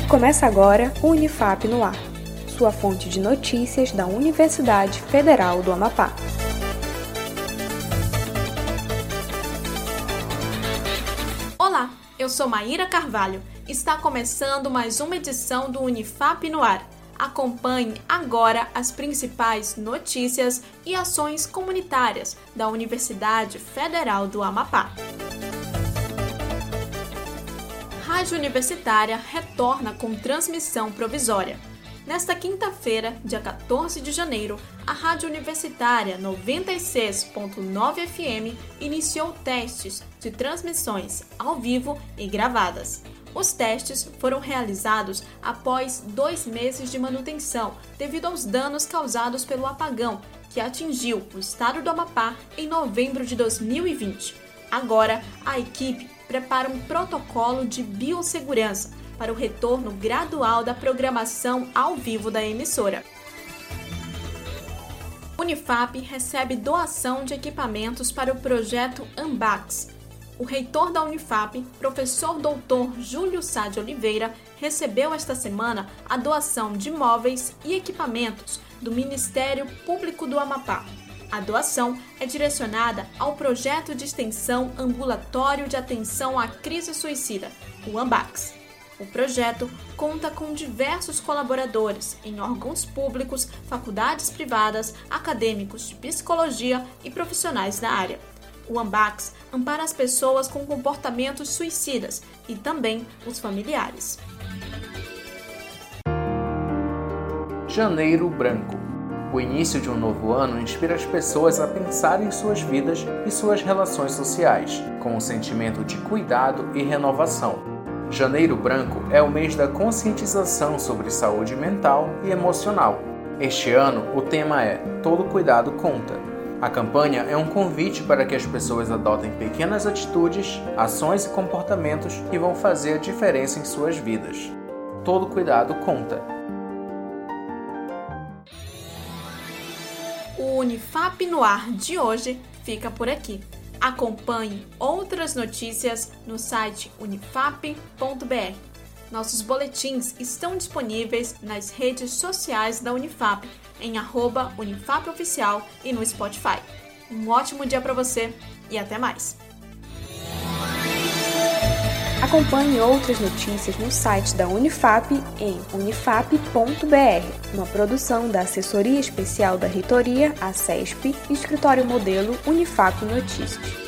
Começa agora o Unifap no Ar, sua fonte de notícias da Universidade Federal do Amapá. Olá, eu sou Maíra Carvalho. Está começando mais uma edição do Unifap no Ar. Acompanhe agora as principais notícias e ações comunitárias da Universidade Federal do Amapá. Rádio Universitária retorna com transmissão provisória. Nesta quinta-feira, dia 14 de janeiro, a Rádio Universitária 96.9 FM iniciou testes de transmissões ao vivo e gravadas. Os testes foram realizados após 2 meses de manutenção devido aos danos causados pelo apagão que atingiu o estado do Amapá em novembro de 2020. Agora, a equipe prepara um protocolo de biossegurança para o retorno gradual da programação ao vivo da emissora. Unifap recebe doação de equipamentos para o projeto Ambax. O reitor da Unifap, professor doutor Júlio Sá de Oliveira, recebeu esta semana a doação de móveis e equipamentos do Ministério Público do Amapá. A doação é direcionada ao projeto de extensão Ambulatório de Atenção à Crise Suicida, o Ambax. O projeto conta com diversos colaboradores em órgãos públicos, faculdades privadas, acadêmicos de psicologia e profissionais da área. O Ambax ampara as pessoas com comportamentos suicidas e também os familiares. Janeiro Branco. O início de um novo ano inspira as pessoas a pensar em suas vidas e suas relações sociais, com um sentimento de cuidado e renovação. Janeiro Branco é o mês da conscientização sobre saúde mental e emocional. Este ano, o tema é Todo Cuidado Conta. A campanha é um convite para que as pessoas adotem pequenas atitudes, ações e comportamentos que vão fazer a diferença em suas vidas. Todo cuidado conta. O Unifap no Ar de hoje fica por aqui. Acompanhe outras notícias no site unifap.br. Nossos boletins estão disponíveis nas redes sociais da Unifap, em @UnifapOficial e no Spotify. Um ótimo dia para você e até mais! Acompanhe outras notícias no site da Unifap em unifap.br, uma produção da Assessoria Especial da Reitoria, a CESP, e Escritório Modelo Unifap Notícias.